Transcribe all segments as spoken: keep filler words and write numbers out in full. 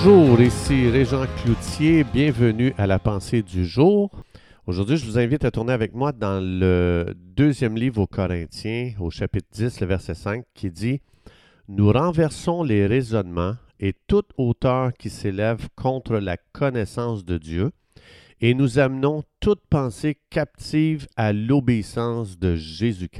Bonjour, ici Régent Cloutier, bienvenue à la pensée du jour. Aujourd'hui, je vous invite à tourner avec moi dans le deuxième livre aux Corinthiens, au chapitre dix, le verset cinq, qui dit « Nous renversons les raisonnements et toute hauteur qui s'élève contre la connaissance de Dieu, et nous amenons toute pensée captive à l'obéissance de Jésus-Christ. »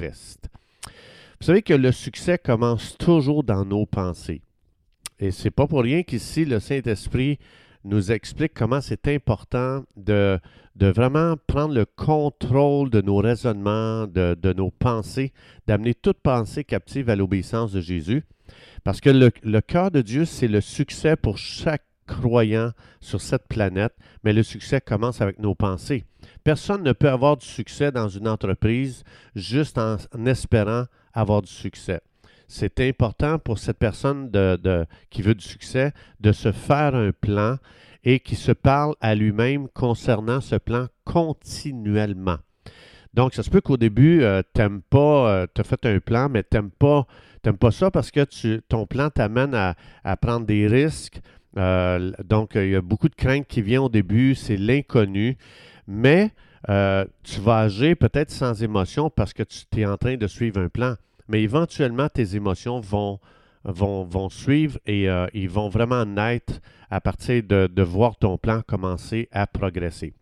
Vous savez que le succès commence toujours dans nos pensées. Et c'est pas pour rien qu'ici, le Saint-Esprit nous explique comment c'est important de, de vraiment prendre le contrôle de nos raisonnements, de, de nos pensées, d'amener toute pensée captive à l'obéissance de Jésus. Parce que le, le cœur de Dieu, c'est le succès pour chaque croyant sur cette planète, mais le succès commence avec nos pensées. Personne ne peut avoir du succès dans une entreprise juste en, en espérant avoir du succès. C'est important pour cette personne de, de, qui veut du succès de se faire un plan et qui se parle à lui-même concernant ce plan continuellement. Donc, ça se peut qu'au début, euh, tu n'aimes pas, euh, tu as fait un plan, mais tu n'aimes pas, t'aimes pas ça parce que tu, ton plan t'amène à, à prendre des risques. Euh, donc, il y a beaucoup de craintes qui viennent au début, c'est l'inconnu, mais euh, tu vas agir peut-être sans émotion parce que tu es en train de suivre un plan. Mais éventuellement, tes émotions vont, vont, vont suivre et euh, ils vont vraiment naître à partir de, de voir ton plan commencer à progresser.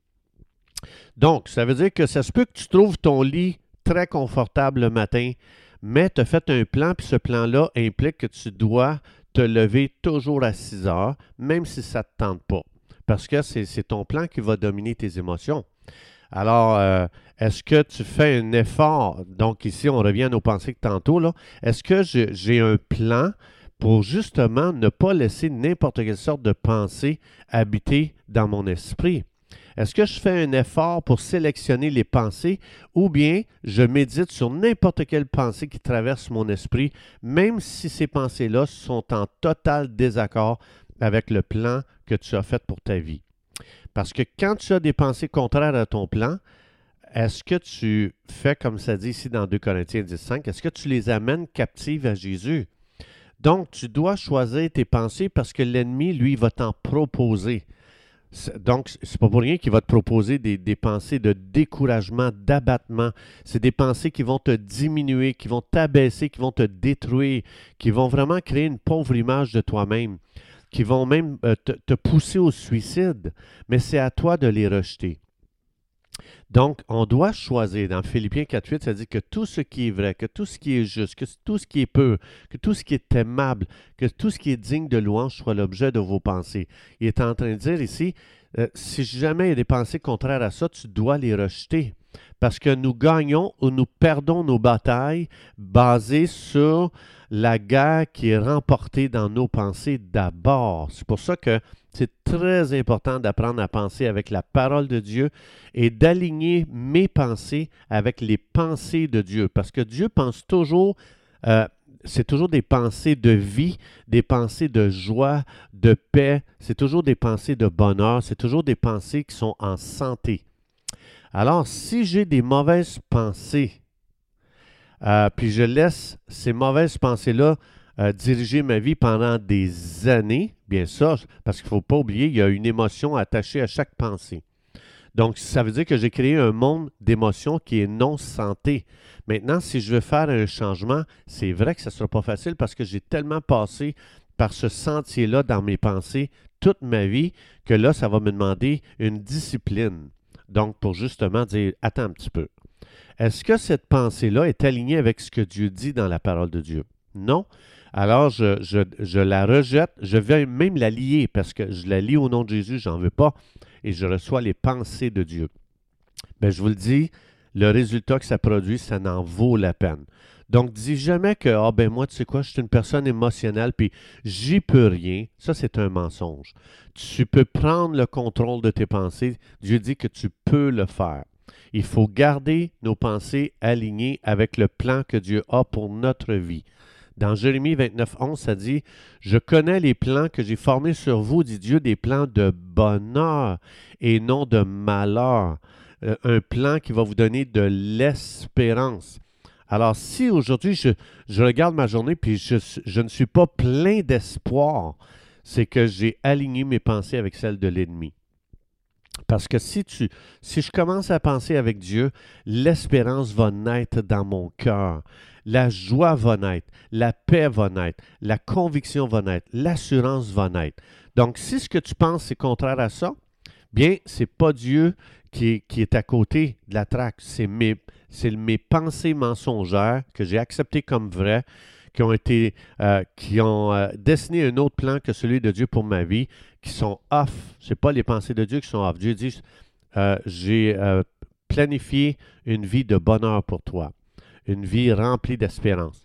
Donc, ça veut dire que ça se peut que tu trouves ton lit très confortable le matin, mais tu as fait un plan, puis ce plan-là implique que tu dois te lever toujours à six heures, même si ça ne te tente pas, parce que c'est, c'est ton plan qui va dominer tes émotions. Alors, euh, est-ce que tu fais un effort? Donc ici, on revient à nos pensées que tantôt, là. Est-ce que je, j'ai un plan pour justement ne pas laisser n'importe quelle sorte de pensée habiter dans mon esprit? Est-ce que je fais un effort pour sélectionner les pensées ou bien je médite sur n'importe quelle pensée qui traverse mon esprit, même si ces pensées-là sont en total désaccord avec le plan que tu as fait pour ta vie? Parce que quand tu as des pensées contraires à ton plan, est-ce que tu fais, comme ça dit ici dans deux Corinthiens dix cinq, est-ce que tu les amènes captives à Jésus? Donc, tu dois choisir tes pensées parce que l'ennemi, lui, va t'en proposer. Donc, c'est pas pour rien qu'il va te proposer des, des pensées de découragement, d'abattement. C'est des pensées qui vont te diminuer, qui vont t'abaisser, qui vont te détruire, qui vont vraiment créer une pauvre image de toi-même, qui vont même euh, te, te pousser au suicide, mais c'est à toi de les rejeter. Donc, on doit choisir. Dans Philippiens quatre huit, ça dit que tout ce qui est vrai, que tout ce qui est juste, que tout ce qui est pur, que tout ce qui est aimable, que tout ce qui est digne de louange soit l'objet de vos pensées. Il est en train de dire ici, euh, si jamais il y a des pensées contraires à ça, tu dois les rejeter. Parce que nous gagnons ou nous perdons nos batailles basées sur la guerre qui est remportée dans nos pensées d'abord. C'est pour ça que c'est très important d'apprendre à penser avec la parole de Dieu et d'aligner mes pensées avec les pensées de Dieu. Parce que Dieu pense toujours, euh, c'est toujours des pensées de vie, des pensées de joie, de paix, c'est toujours des pensées de bonheur, c'est toujours des pensées qui sont en santé. Alors, si j'ai des mauvaises pensées, euh, puis je laisse ces mauvaises pensées-là euh, diriger ma vie pendant des années, bien ça, parce qu'il ne faut pas oublier, il y a une émotion attachée à chaque pensée. Donc, ça veut dire que j'ai créé un monde d'émotions qui est non santé. Maintenant, si je veux faire un changement, c'est vrai que ça ne sera pas facile parce que j'ai tellement passé par ce sentier-là dans mes pensées toute ma vie que là, ça va me demander une discipline. Donc, pour justement dire, attends un petit peu. Est-ce que cette pensée-là est alignée avec ce que Dieu dit dans la parole de Dieu? Non. Alors, je, je, je la rejette. Je vais même la lier parce que je la lis au nom de Jésus, j'en veux pas. Et je reçois les pensées de Dieu. Bien, je vous le dis, le résultat que ça produit, ça n'en vaut la peine. Donc, dis jamais que, ah ben moi, tu sais quoi, je suis une personne émotionnelle, puis j'y peux rien. Ça, c'est un mensonge. Tu peux prendre le contrôle de tes pensées. Dieu dit que tu peux le faire. Il faut garder nos pensées alignées avec le plan que Dieu a pour notre vie. Dans Jérémie vingt-neuf onze, ça dit « Je connais les plans que j'ai formés sur vous, dit Dieu, des plans de bonheur et non de malheur. Euh, un plan qui va vous donner de l'espérance. » Alors, si aujourd'hui, je, je regarde ma journée puis je, je ne suis pas plein d'espoir, c'est que j'ai aligné mes pensées avec celles de l'ennemi. Parce que si tu, si je commence à penser avec Dieu, l'espérance va naître dans mon cœur, la joie va naître, la paix va naître, la conviction va naître, l'assurance va naître. Donc, si ce que tu penses c'est contraire à ça, bien, c'est pas Dieu qui est, qui est à côté de la traque, c'est mes, c'est mes pensées mensongères que j'ai acceptées comme vraies, qui ont été, euh, qui ont euh, dessiné un autre plan que celui de Dieu pour ma vie, qui sont off. Ce n'est pas les pensées de Dieu qui sont off. Dieu dit, euh, j'ai euh, planifié une vie de bonheur pour toi, une vie remplie d'espérance.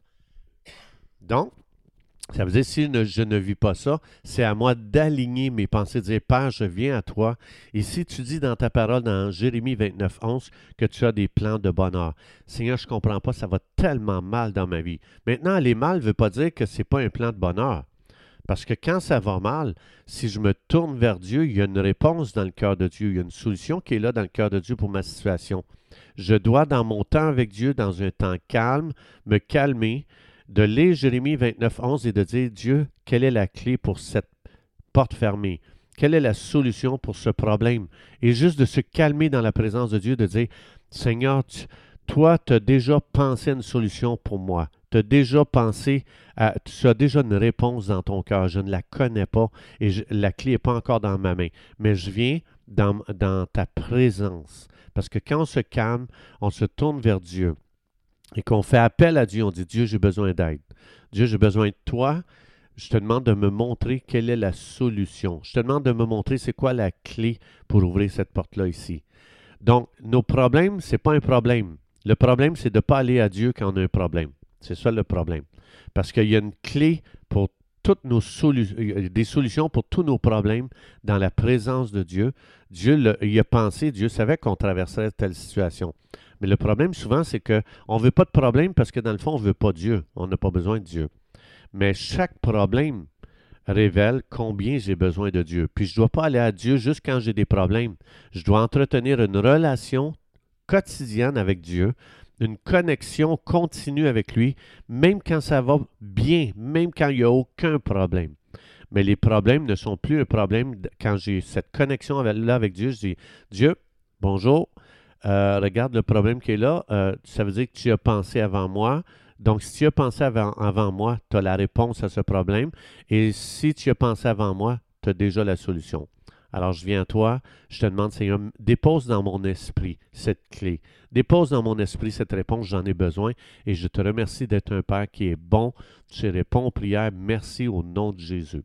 Donc, ça veut dire, si ne- je ne vis pas ça, c'est à moi d'aligner mes pensées, de dire, Père, je viens à toi. Et si tu dis dans ta parole, dans Jérémie vingt-neuf, onze, que tu as des plans de bonheur, Seigneur, je ne comprends pas, ça va tellement mal dans ma vie. Maintenant, aller mal ne veut pas dire que ce n'est pas un plan de bonheur. Parce que quand ça va mal, si je me tourne vers Dieu, il y a une réponse dans le cœur de Dieu. Il y a une solution qui est là dans le cœur de Dieu pour ma situation. Je dois, dans mon temps avec Dieu, dans un temps calme, me calmer, de lire Jérémie vingt-neuf, onze et de dire, Dieu, quelle est la clé pour cette porte fermée? Quelle est la solution pour ce problème? Et juste de se calmer dans la présence de Dieu, de dire, Seigneur, tu, toi, tu as déjà pensé à une solution pour moi. Tu as déjà pensé, à, tu as déjà une réponse dans ton cœur. Je ne la connais pas et je, la clé n'est pas encore dans ma main. Mais je viens dans, dans ta présence. Parce que quand on se calme, on se tourne vers Dieu et qu'on fait appel à Dieu, on dit, Dieu, j'ai besoin d'aide. Dieu, j'ai besoin de toi. Je te demande de me montrer quelle est la solution. Je te demande de me montrer c'est quoi la clé pour ouvrir cette porte-là ici. Donc, nos problèmes, ce n'est pas un problème. Le problème, c'est de ne pas aller à Dieu quand on a un problème. C'est ça le problème. Parce qu'il y a une clé pour toutes nos solutions, des solutions pour tous nos problèmes dans la présence de Dieu. Dieu le, il a pensé, Dieu savait qu'on traverserait telle situation. Mais le problème souvent, c'est qu'on ne veut pas de problème parce que dans le fond, on ne veut pas Dieu. On n'a pas besoin de Dieu. Mais chaque problème révèle combien j'ai besoin de Dieu. Puis je ne dois pas aller à Dieu juste quand j'ai des problèmes. Je dois entretenir une relation quotidienne avec Dieu, une connexion continue avec lui, même quand ça va bien, même quand il n'y a aucun problème. Mais les problèmes ne sont plus un problème quand j'ai cette connexion-là avec Dieu. Je dis, Dieu, bonjour, euh, regarde le problème qui est là. Euh, ça veut dire que tu as pensé avant moi. Donc, si tu as pensé avant, avant moi, tu as la réponse à ce problème. Et si tu as pensé avant moi, tu as déjà la solution. Alors, je viens à toi, je te demande, Seigneur, dépose dans mon esprit cette clé. Dépose dans mon esprit cette réponse, j'en ai besoin. Et je te remercie d'être un Père qui est bon. Tu réponds aux prières. Merci au nom de Jésus.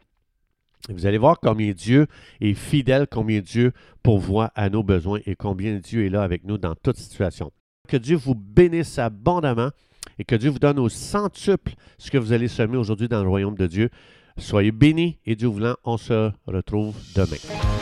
Et vous allez voir combien Dieu est fidèle, combien Dieu pourvoit à nos besoins et combien Dieu est là avec nous dans toute situation. Que Dieu vous bénisse abondamment et que Dieu vous donne au centuple ce que vous allez semer aujourd'hui dans le royaume de Dieu. Soyez bénis et Dieu voulant, on se retrouve demain.